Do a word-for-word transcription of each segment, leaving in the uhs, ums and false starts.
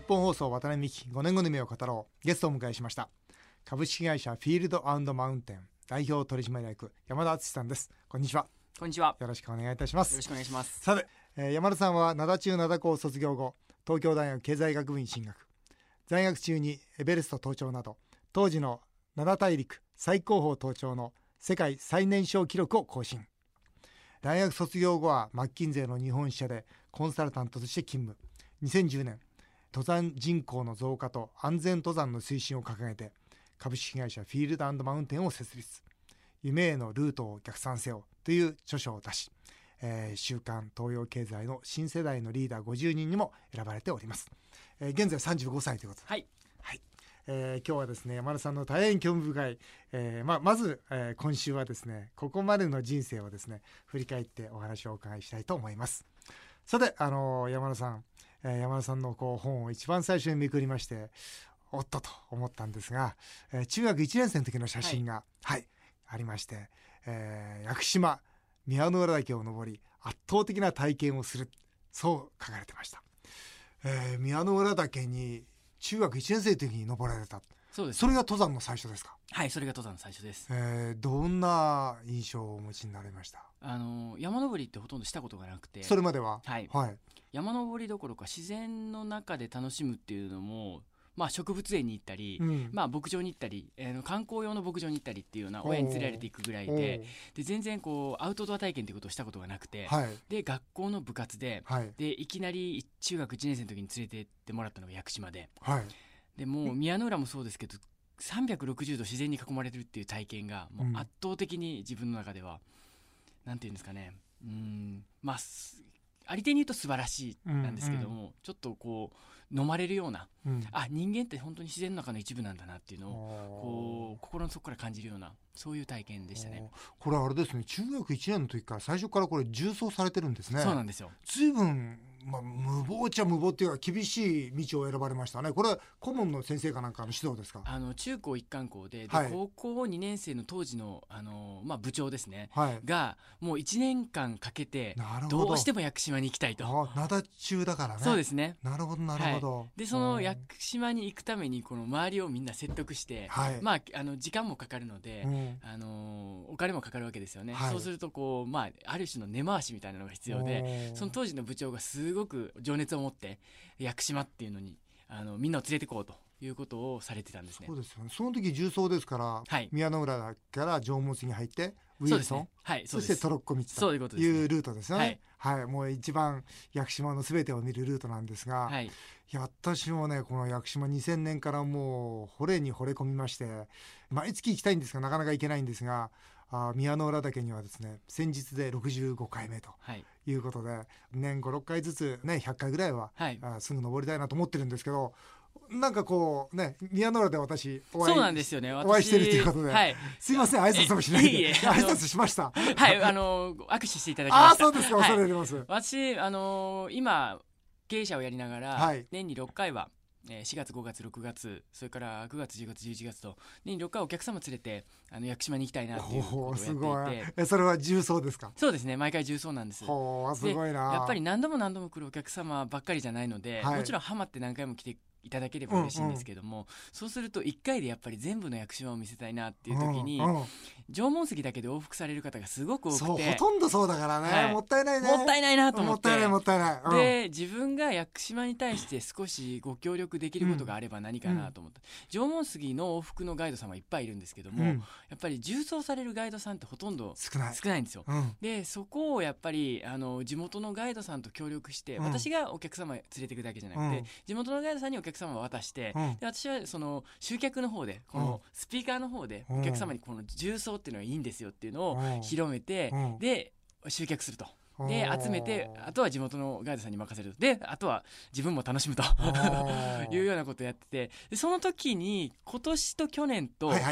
本放送渡辺美希ごねんごの夢を語ろう。ゲストをお迎えしました。株式会社フィールド&マウンテン代表取締役山田敦さんです。こんにちは。 こんにちは。 よろしくお願いいたします。 よろしくお願いします。 さて、えー、山田さんは灘中灘高を卒業後、東京大学経済学部に進学。在学中にエベレスト登頂など当時の灘大陸最高峰登頂の世界最年少記録を更新。大学卒業後はマッキンゼーの日本支社でコンサルタントとして勤務。にせんじゅうねん、登山人口の増加と安全登山の推進を掲げて株式会社フィールド&マウンテンを設立。夢へのルートを逆算せよという著書を出し、えー、週刊東洋経済の新世代のリーダーごじゅうにんにも選ばれております。えー、現在さんじゅうごさいということで、 はい、 はいえー、今日はですね、山田さんの大変興味深い、えーま、まず、えー、今週はですね、ここまでの人生をですね振り返ってお話をお伺いしたいと思います。さて、あのー、山田さん、えー、山田さんのこう本を一番最初にめくりまして、おっとと思ったんですが、えー、中学いちねん生の時の写真が、はいはい、ありまして、えー、屋久島宮之浦岳を登り圧倒的な体験をする、そう書かれてました。えー、宮之浦岳に中学いちねん生の時に登られた。 そうです。 それが登山の最初ですか？ はい、それが登山の最初です。 えー、どんな印象をお持ちになりました？ あの山登りってほとんどしたことがなくて、 それまでは、 はいはい、 山登りどころか自然の中で楽しむっていうのも、まあ、植物園に行ったり、うんまあ、牧場に行ったり、えー、観光用の牧場に行ったりっていうような親に連れられていくぐらいで、で全然こうアウトドア体験っていうことをしたことがなくて、はい、で学校の部活で、はい、でいきなり中学いちねん生の時に連れて行ってもらったのが屋久島で、はい、でもう宮之浦もそうですけどさんびゃくろくじゅうど自然に囲まれてるっていう体験がもう圧倒的に自分の中では、うん、なんていうんですかね、うーんまあありていに言うと素晴らしいなんですけども、うんうん、ちょっとこう飲まれるような、うん、あ人間って本当に自然の中の一部なんだなっていうのをこう心の底から感じるような、そういう体験でしたね。 これあれですね、中学いちねんの時から最初からこれ縦走されてるんですね。 そうなんですよ。 随分、まあ、無謀っちゃ無謀っていうか厳しい道を選ばれましたね。これは顧問の先生かなんかの指導ですか？あの中高一貫校 で, で、はい、高校にねん生の当時 の, あの、まあ、部長ですね、はい、がもういちねんかんかけてどうしても屋久島に行きたいと。 灘中だからね。 そうですね。 なるほどなるほど、はい、 でその屋久島に行くためにこの周りをみんな説得して、はい、まあ、あの時間もかかるので、うん、あのお金もかかるわけですよね、はい、そうするとこう、まあ、ある種の根回しみたいなのが必要で、その当時の部長がすごく情熱を持って屋久島っていうのにあのみんなを連れてこうということをされてたんですね。 そうですよね。その時縦走ですから、はい、宮之浦から縄文杉に入ってウィルソン、ね、はい、そしてトロッコ道というルートですよね。はいはい、もう一番屋久島のすべてを見るルートなんですが、はい、いや私もねこの屋久島にせんねんからもう惚れに惚れ込みまして、毎月行きたいんですがなかなか行けないんですが、あ宮之浦岳にはですね先日でろくじゅうごかいめということで、はい、年ごろっかいずつねひゃっかいぐらいは、はい、あすぐ登りたいなと思ってるんですけど、なんかこうね宮之浦で私お会い、そうなんですよね、お会いしてるということで、はい、すいません挨拶もしないで。いいえ挨拶しました。 はいあの握手していただきました。 あそうですか、恐れ入ります。 はい、私あの今経営者をやりながら、はい、年にろっかいはしがつごがつろくがつそれからくがつじゅうがつじゅういちがつと年にろっかいお客様連れてあの屋久島に行きたいなっていうことをやっていて。すごい。えそれは縦走ですか？そうですね、毎回縦走なんです。 ほすごいな。 やっぱり何度も何度も来るお客様ばっかりじゃないので、はい、もちろんハマって何回も来ていただければ嬉しいんですけども、うんうん、そうするといっかいでやっぱり全部の屋久島を見せたいなっていう時に、うんうん、縄文杉だけで往復される方がすごく多くて、 そうほとんどそうだからね、はい、もったいないね。 もったいないなと思って、 もったいないもったいない、うん、 で自分が屋久島に対して少しご協力できることがあれば何かなと思って、うん、縄文杉の往復のガイドさんはいっぱいいるんですけども、うん、やっぱり縦走されるガイドさんってほとんど少ない、少ないんですよ、うん、でそこをやっぱりあの地元のガイドさんと協力して、うん、私がお客様連れていくだけじゃなくて、うん、地元のガイドさんにお客様を渡して、うん、で私はその集客の方でこのスピーカーの方でお客様にこの縦走っていうのはいいんですよっていうのを広めて、で集客すると、で集めてあとは地元のガイドさんに任せる、であとは自分も楽しむというようなことをやってて、でその時に今年と去年と、はいはい、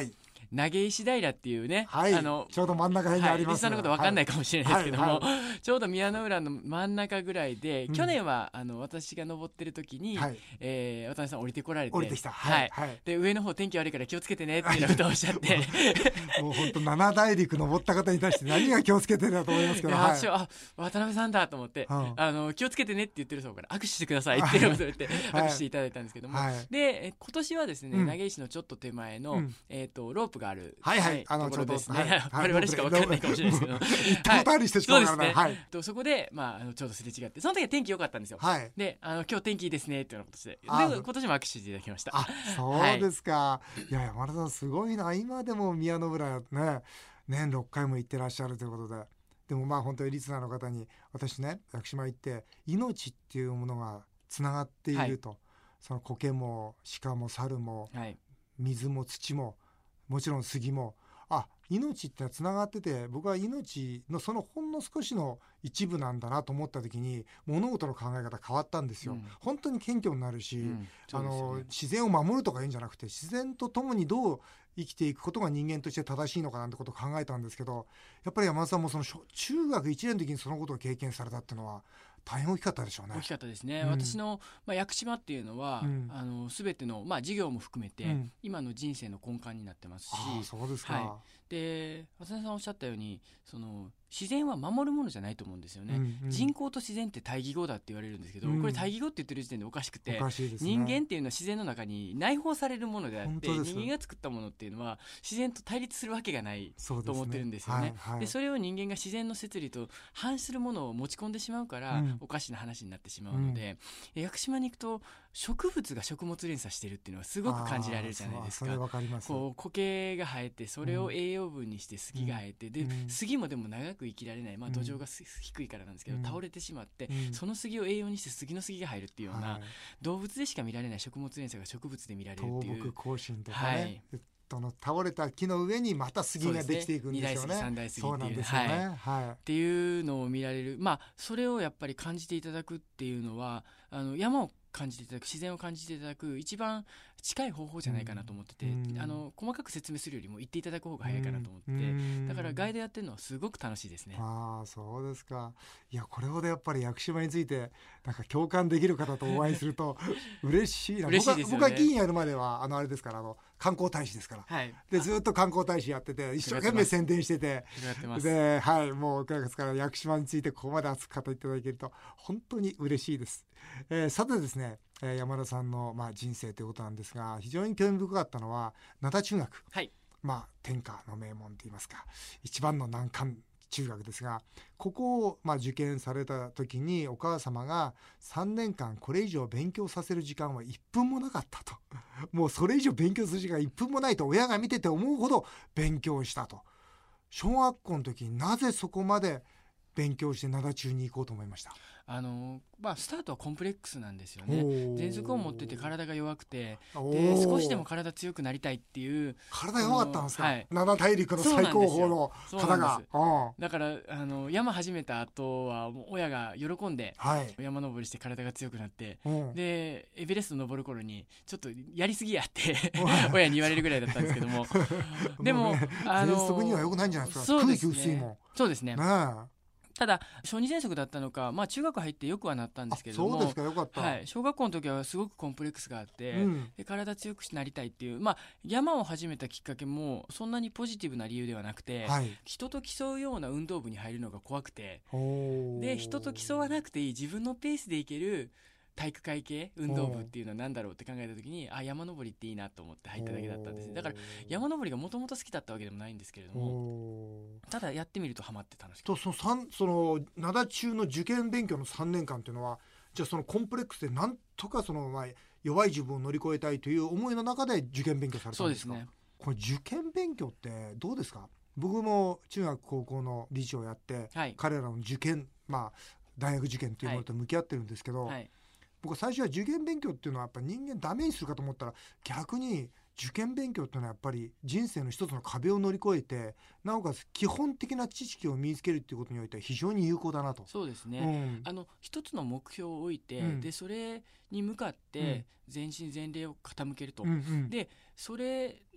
投げ石平っていうね、 はい、 あのちょうど真ん中辺にあります、はい、 リスナーのこと分かんないかもしれないですけども、はいはいはい、ちょうど宮之浦の真ん中ぐらいで、うん、去年はあの私が登ってる時に、はい、えー、渡辺さん降りてこられて、 降りてきた、はいはい、で上の方天気悪いから気をつけてねっていうことをおっしゃってもう本当七大陸登った方に対して何が気をつけてるんだと思いますけど、 いや、私は、はい、渡辺さんだと思って、うん、あの気をつけてねって言ってるそうから握手してくださいっていうことを言って握手していただいたんですけども、はい、で今年はですね、うん、投げ石のちょっと手前の、うん、えー、とロープがある、 はいはい、 あのところですね、 はい、 我々しか分からないかもしれないですけど、 行ったことある人しか分からない、 はい、とそこで、まあ、あのちょうどすれ違って、その時は天気良かったんですよ、はい、であの今日天気いいですねっていうようなことで、で今年も握手していただきました。 あ、そうですか、はい、いや山田さんすごいな、今でも宮之浦ね年ろっかいも行ってらっしゃるということで、でもまあ本当にリスナーの方に、私ね屋久島行って命っていうものがつながっていると、はい、その苔も鹿も猿も、はい、水も土ももちろん杉も、あ、命ってつながってて、僕は命のそのほんの少しの一部なんだなと思った時に物事の考え方変わったんですよ、うん、本当に謙虚になるし、うん、あの、ね、自然を守るとかいいんじゃなくて、自然と共にどう生きていくことが人間として正しいのかなんてことを考えたんですけど、やっぱり山田さんもその中学いちねんの時にそのことを経験されたっていうのは大変大きかったでしょうね。 大きかったですね、うん、私の、まあ、屋久島っていうのは、うん、あの全ての、まあ、事業も含めて、うん、今の人生の根幹になってますし、 あ、そうですか、 はい、で渡辺さんおっしゃったように、その自然は守るものじゃないと思うんですよね、うんうん、人工と自然って対義語だって言われるんですけど、うん、これ対義語って言ってる時点でおかしくて、 おかしいですね、 人間っていうのは自然の中に内包されるものであって、人間が作ったものっていうのは自然と対立するわけがないと思ってるんですよね。 そ, で、ね、はいはい、でそれを人間が自然の摂理と反するものを持ち込んでしまうから、うん、おかしな話になってしまうので、うん、屋久島に行くと植物が食物連鎖してるっていうのはすごく感じられるじゃないですか。 それわかります。 こう苔が生えて、それを栄養分にして杉が生えて、うん、で、うん、杉もでも長く生きられない、まあ、土壌が低いからなんですけど、うん、倒れてしまって、うん、その杉を栄養にして杉の杉が入るっていうような、はい、動物でしか見られない食物連鎖が植物で見られるっていう、 倒木行進とかね、はい、その倒れた木の上にまた杉ができていくんですよね。 にだい杉さんだい杉っていう、 そうなんですよね、 はいはい、っていうのを見られる、まあ、それをやっぱり感じていただくっていうのは、あの山を感じていただく、自然を感じていただく一番近い方法じゃないかなと思ってて、うん、あの細かく説明するよりも言っていただく方が早いかなと思って、うん、だからガイドやってるのはすごく楽しいですね。 ああ、そうですか。いや、これほどやっぱり屋久島についてなんか共感できる方とお会いすると嬉しいな。 嬉しいですよね。 僕は議員やるまではあのあれですから、あの観光大使ですから、はい、でずっと観光大使やってて一生懸命宣伝してて、で、はい、もうくがつから屋久島についてここまで熱く語っていただけると本当に嬉しいです。えー、さてですね、えー、山田さんの、まあ、人生ということなんですが、非常に興味深かったのは灘中学、はい、まあ、天下の名門といいますか一番の難関中学ですが、ここを、まあ、受験された時にお母様がさんねんかんこれ以上勉強させる時間はいっぷんもなかったともうそれ以上勉強する時間いっぷんもないと親が見てて思うほど勉強したと。小学校の時になぜそこまで勉強して灘中に行こうと思いました？ あのまあ、スタートはコンプレックスなんですよね。喘息を持ってて体が弱くて、で少しでも体強くなりたいっていう。 体弱かったんですか？はい、灘大陸の最高峰の方が。 だからあの山始めた後はもう親が喜んで、はい、山登りして体が強くなって、でエベレスト登る頃にちょっとやりすぎやって親に言われるぐらいだったんですけどもでも、 ね、あの喘息には良くないんじゃないですか？空気薄いもん。 そうですね。ね、ただ小児喘息だったのか、まあ、中学入ってよくはなったんですけれども、 そうですか、よかった、 はい、小学校の時はすごくコンプレックスがあって、うん、で体強くなりたいっていう、まあ、山を始めたきっかけもそんなにポジティブな理由ではなくて、はい、人と競うような運動部に入るのが怖くて、で人と競わなくていい自分のペースでいける体育会系運動部っていうのは何だろうって考えた時に、あ、山登りっていいなと思って入っただけだったんですね。だから山登りがもともと好きだったわけでもないんですけれども、ただやってみるとハマって楽しかった。 とそのその灘中の受験勉強のさんねんかんっていうのは、じゃあそのコンプレックスでなんとかその、まあ、弱い自分を乗り越えたいという思いの中で受験勉強されたんですか？そうですね。これ受験勉強ってどうですか？僕も中学高校の理事をやって、はい、彼らの受験、まあ、大学受験というものと向き合ってるんですけど、はいはい、僕は最初は受験勉強っていうのはやっぱ人間ダメにするかと思ったら、逆に受験勉強っていうのはやっぱり人生の一つの壁を乗り越えて、なおかつ基本的な知識を身につけるっていうことにおいては非常に有効だなと。 そうですね、うん、あの一つの目標を置いて、うん、でそれに向かって全身全霊を傾けると、うんうん、でそれ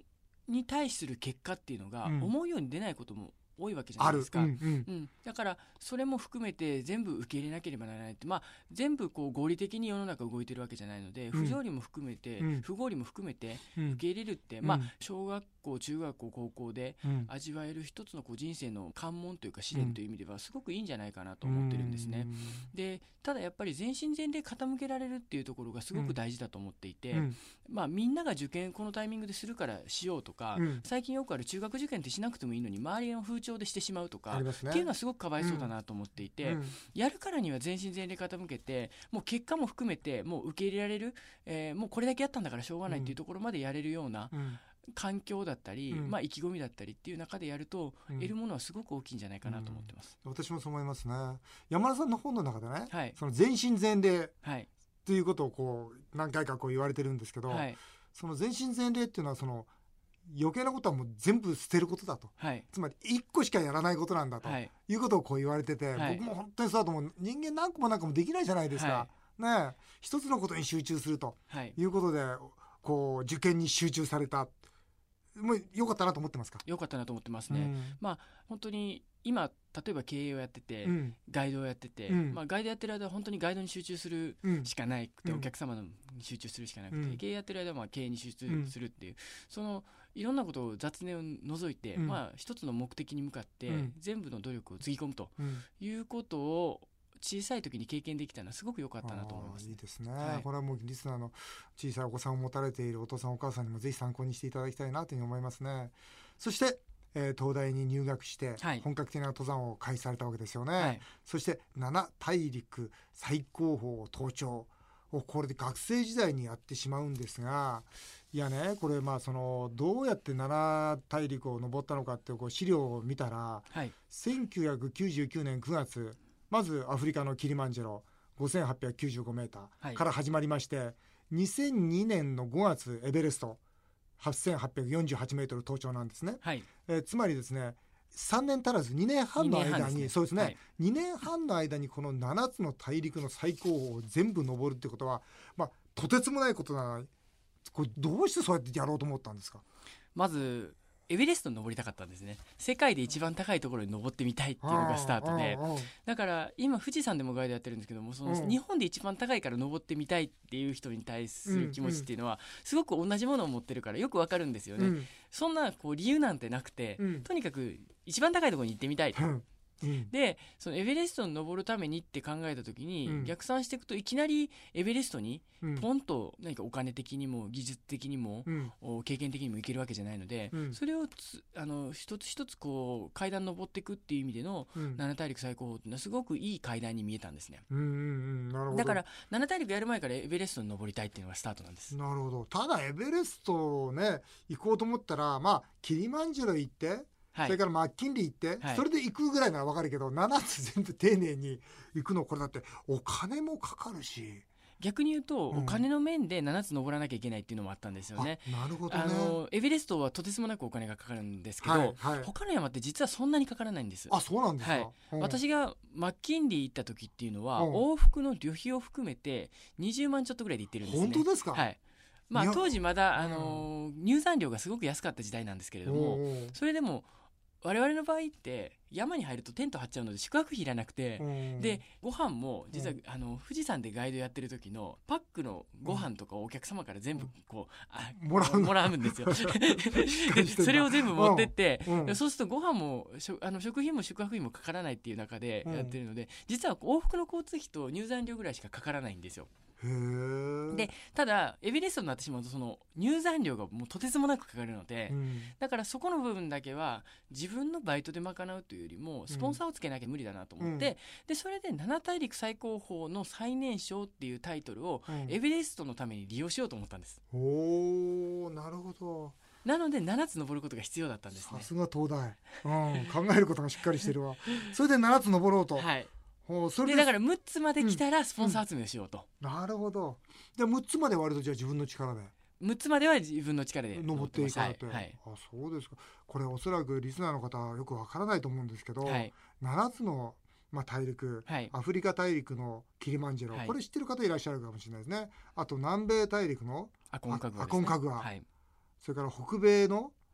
に対する結果っていうのがうん思うように出ないことも多いわけじゃないですか、 ある、うんうんうん、だからそれも含めて全部受け入れなければならないって、まあ、全部こう合理的に世の中動いてるわけじゃないので、 ん不条理も含めて、 うん不合理も含めてうん受け入れるって、 うんまあ、小学校中学校高校でうん味わえる一つのこう人生の関門というか試練という意味ではすごくいいんじゃないかなと思ってるんですね。でただやっぱり全身全霊傾けられるっていうところがすごく大事だと思っていて、 うんまあ、みんなが受験このタイミングでするからしようとか、 うん最近よくある中学受験ってしなくてもいいのに周りの風潮でしてしまうとかありますねっていうのはすごくかわいそうだなと思っていて、 うんやるからには全身全霊傾けてもう結果も含めてもう受け入れられる、えーもうこれだけやったんだからしょうがないっていうところまでやれるようなうん環境だったり、 うんまあ、意気込みだったりっていう中でやると、 うん得るものはすごく大きいんじゃないかなと思ってます、 私もそう思いますね。山田さんの本の中でね、 はいその全身全霊はいということをこう何回かこう言われてるんですけど、 はいその全身全霊っていうのはその余計なことはもう全部捨てることだと、 はいつまり一個しかやらないことなんだと、 はいい、うことをこう言われてて、 はい僕も本当にそうだと思う。人間何個も何個もできないじゃないですか、ねえ、一つのことに集中するとはいいうことでこう受験に集中された、もう良かったなと思ってますか？ よかったなと思ってますね、まあ本当に今例えば経営をやってて、 うんうんガイドをやってて、 うんまあ、ガイドやってる間は本当にガイドに集中するうんしかなくて、 うんお客様に集中するしかなくて、 うん経営やってる間はまあ経営に集中うんするっていう、そのいろんなことを雑念を除いて、 うんまあ、一つの目的に向かってうん全部の努力をつぎ込むとうんいうことを小さい時に経験できたのはすごく良かったなと思います、 あーいいですね、 はいこれはもうリスナーの小さいお子さんを持たれているお父さんお母さんにもぜひ参考にしていただきたいなというふうに思いますね。そして、えー東大に入学してはい本格的な登山を開始されたわけですよね、 はいそしてなな大陸最高峰を登頂をこれで学生時代にやってしまうんですが、いやねこれまあそのどうやってなな大陸を登ったのかっていうこう資料を見たら、 はいせんきゅうひゃくきゅうじゅうきゅうねんくがつ、まずアフリカのキリマンジャロ ごせんはっぴゃくきゅうじゅうごメータはいーから始まりまして、にせんにねんのごがつエベレストはっせんはっぴゃくよんじゅうはちメートル登頂なんですね、 はいえーつまりですねさんねん足らずにねんはんの間ににねんはんですねそうですね、 はいにねんはんの間にこのななつの大陸の最高峰を全部登るってことは、まあ、とてつもないことなのにこれどうしてそうやってやろうと思ったんですか？ まずエベレストに登りたかったんですね。世界で一番高いところに登ってみたいっていうのがスタートで、 あーあーあーだから今富士山でもガイドやってるんですけども、そのうん日本で一番高いから登ってみたいっていう人に対する気持ちっていうのはすごく同じものを持ってるからよくわかるんですよね、 うんそんなこう理由なんてなくて、 うんとにかく一番高いところに行ってみたいと、 うんうんでそのエベレストに登るためにって考えた時に、 うん逆算していくといきなりエベレストにうんポンと何かお金的にも技術的にも、 うんお経験的にもいけるわけじゃないので、 うんそれをつあの一つ一つこう階段登っていくっていう意味でのうん七大陸最高峰っていうのはすごくいい階段に見えたんですね。 うんうんうんなるほど。 だから七大陸やる前からエベレストに登りたいっていうのがスタートなんです。 なるほど。ただエベレストをね行こうと思ったら、まあキリマンジャロ行って、 はいそれからマッキンリー行って、 はいそれで行くぐらいなら分かるけどななつ全部丁寧に行くのこれだってお金もかかるし、 逆に言うと、 うんお金の面でななつ登らなきゃいけないっていうのもあったんですよね。 あなるほどね。 あのエベレストはとてつもなくお金がかかるんですけど、 はいはい、 他の山って実はそんなにかからないんです。 あそうなんですか、 はいうん私がマッキンリー行った時っていうのは、 うん往復の旅費を含めてにじゅうまんちょっとぐらいで行ってるんですね。 本当ですか？ はい。まあいや当時まだ、 うんあのー入山料がすごく安かった時代なんですけれども、 おうおうそれでも我々の場合って山に入るとテント張っちゃうので宿泊費いらなくて、 うんでご飯も実は、 うんあの富士山でガイドやってる時のパックのご飯とかをお客様から全部こう、あもらうのもらうんですよしっかりしてんだそれを全部持ってって、 うんうんそうするとご飯もしょあの食費も宿泊費もかからないっていう中でうんやってるので、実は往復の交通費と入山料ぐらいしかかからないんですよ。 へーでただエベレストになってしまうとその入山料がもうとてつもなくかかるので、 うんだからそこの部分だけは自分のバイトで賄うというよりもスポンサーをつけなきゃ無理だなと思って、 うんでそれで七大陸最高峰の最年少っていうタイトルをうんエベレストのために利用しようと思ったんです。 おーなるほど。 なのでななつ登ることが必要だったんですね。 さすが東大、うん、考えることがしっかりしてるわそれでななつ登ろうと、 はい、 ほうそれででだからむっつまで来たらスポンサー集めをしようと、 なるほど。でむっつまで割るとじゃあ自分の力でむっつまでは自分の力で登っていかれて、 はいはいあそうですか。これおそらくリスナーの方はよくわからないと思うんですけど、 はいななつの、まあ、大陸、 はいアフリカ大陸のキリマンジェロ、 はいこれ知ってる方いらっしゃるかもしれないですね。あと南米大陸のアコンカグアですね。 アコンカグアはいそれから北米の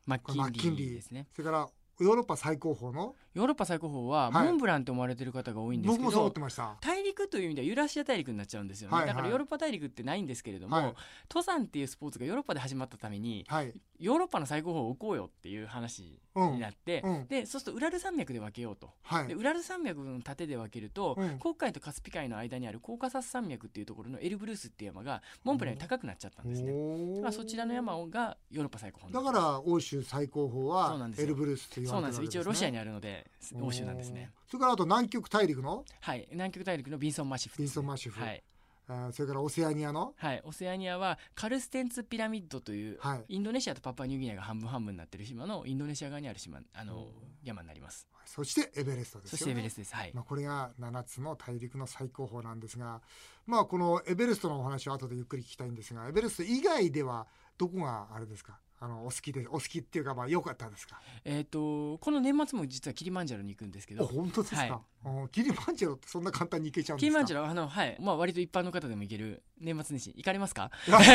マッキンリーですね。 それからヨーロッパ最高峰のヨーロッパ最高峰はモンブランと思われてる方が多いんですけど、 僕もそう思ってました。 大陸という意味ではユーラシア大陸になっちゃうんですよね、はいはい、だからヨーロッパ大陸ってないんですけれども、はい、登山っていうスポーツがヨーロッパで始まったために、はい、ヨーロッパの最高峰を置こうよっていう話になって、うんうん、でそうするとウラル山脈で分けようと、はい、でウラル山脈の縦で分けると、うん、黒海とカスピ海の間にあるコーカサス山脈っていうところのエルブルースっていう山がモンブランより高くなっちゃったんですね、だからそちらの山がヨーロッパ最高峰だから欧州最高峰はエルブルースって言われてるわけですね。そうなんですよ、一応ロシアにあるので欧州なんですね。それからあと南極大陸のはい南極大陸のビンソンマシフです、ね、 ビンソンマシフ、 はい、 あそれからオセアニアのはいオセアニアはカルステンツピラミッドという、はい、インドネシアとパプアニューギニアが半分半分になってる島のインドネシア側にある島あの山になります。 そしてエベレストですよね。 そしてエベレストです、はい、 まあ、これがななつの大陸の最高峰なんですが、まあ、このエベレストのお話は後でゆっくり聞きたいんですが、エベレスト以外ではどこがあれですか、あのお好きでお好きっていうか、まあ良かったですか。 えっ、ー、とこの年末も実はキリマンジャロに行くんですけど。 本当ですか、はい、キリマンジャロってそんな簡単に行けちゃうんですか。 キリマンジャロはあの、はいまあ、割と一般の方でも行ける年末年始行かれますか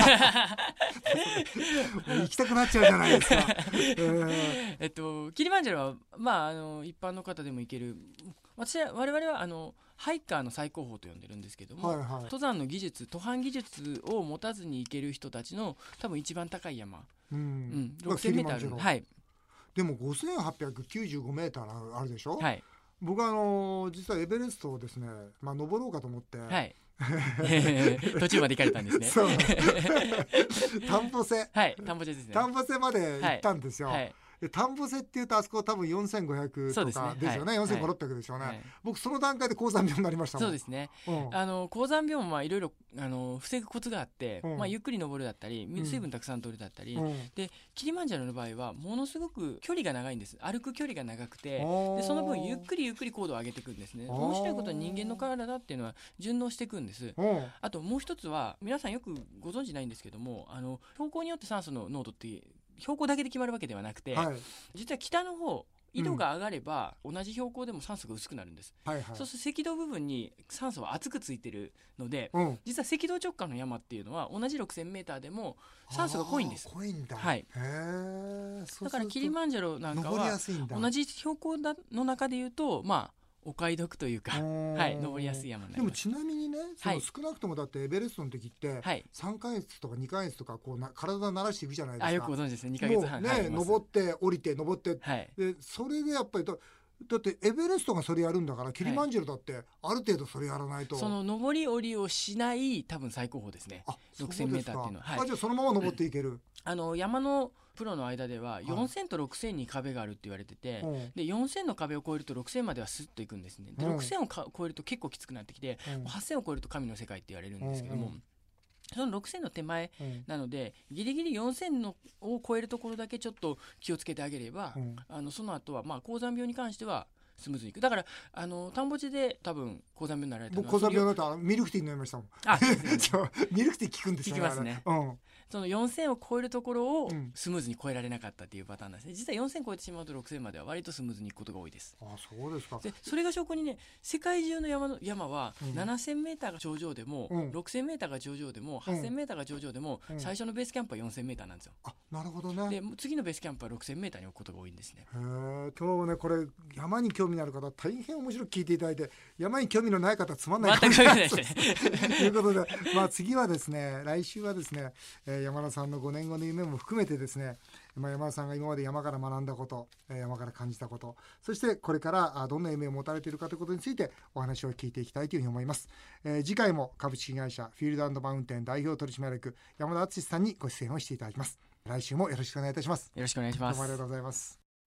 行きたくなっちゃうじゃないですか、えー、 えっとキリマンジャロは、まあ、あの一般の方でも行ける。私は我々はあのハイカーの最高峰と呼んでるんですけども、はいはい、登山の技術登山技術を持たずに行ける人たちの多分一番高い山、うんうん、ろくせんメーターある、はい、 でもごせんはっぴゃくきゅうじゅうごメーターあるでしょ、はい、僕はあの実はエベレストをですね、まあ、登ろうかと思って、はい、 途中まで行かれたんですね。 そうタンポセ、 はい、タンポセですね。 タンポセまで行ったんですよ、はいはい、でタンポセっていうとあそこ多分よんせんごひゃくとかですよね、ですよね、はい、よんせんごひゃく、ろっぴゃくですよね、はい、僕その段階で高山病になりましたもん。 そうですね、うん、あの高山病もいろいろ防ぐコツがあって、うんまあ、ゆっくり登るだったり水分たくさん取るだったり、うん、でキリマンジャロの場合はものすごく距離が長いんです。歩く距離が長くて、でその分ゆっくりゆっくり高度を上げていくんですね。面白いことは人間の体っていうのは順応していくんです。あともう一つは皆さんよくご存知ないんですけども、あの標高によって酸素の濃度って標高だけで決まるわけではなくて、はい、実は北の方緯度が上がれば、うん、同じ標高でも酸素が薄くなるんです、はいはい、そうすると赤道部分に酸素は厚くついてるので、うん、実は赤道直下の山っていうのは同じろくせんメーターでも酸素が濃いんです。 濃いんだ、 はい、へだからキリマンジャロなんかは同じ標高の中でいうとまあお買い得というか、はい、登りやすい山になります。 でもちなみにね、その少なくともだってエベレストの時ってさんかげつとかにかげつとかこうな体慣らしていくじゃないですか。 あよくご存知ですね。にかげつはんもうね、登って降りて登って、はい、でそれでやっぱりだだってエベレストがそれやるんだからキリマンジャロだってある程度それやらないと、 はい、その登り降りをしない多分最高峰ですね。ろくせんメーターっていうのは、はい、 あじゃあそのまま登っていけるあの山のプロの間ではよんせんとろくせんに壁があるって言われてて、はい、でよんせんの壁を越えるとろくせんまではスッといくんですね。でろくせんをか超えると結構きつくなってきて、うん、はっせんを超えると神の世界って言われるんですけども、うんうん、そのろくせんの手前なので、うん、ギリギリよんせんのを超えるところだけちょっと気をつけてあげれば、うん、あのその後はまあ高山病に関してはスムーズにいく。だからあの田んぼ地で多分高山病になられたのは僕高山病になったらミルクティー飲みましたもん。あそうミルクティー効くんですよね。 効きますね、うん、そのよんせんを超えるところをスムーズに超えられなかったっていうパターンなんですね。実はよんせん超えてしまうとろくせんまでは割とスムーズにいくことが多いです。 あそうですか。 でそれが証拠にね、世界中の山の山はななせんメーターが頂上でも、うん、ろくせんメーターが頂上でも、はっせんメーターが頂上でも、うん、最初のベースキャンプはよんせんメーターなんですよ。 あなるほどね。 で次のベースキャンプはろくせんメーターに置くことが多いんですね。 へー今日ねこれ山に興味のある方大変面白く聞いていただいて、山に興味のない方はつまんないかもしれないですね。ということで、まあ、次はですね来週はですね、えー、山田さんのごねんごの夢も含めてですね、まあ、山田さんが今まで山から学んだこと、えー、山から感じたこと、そしてこれからどんな夢を持たれているかということについてお話を聞いていきたいというふうに思います。えー、次回も株式会社フィールド&マウンテン代表取締役山田敦さんにご出演をしていただきます。来週もよろしくお願いいたします。 よろしくお願いします。 どうもありがとうございます。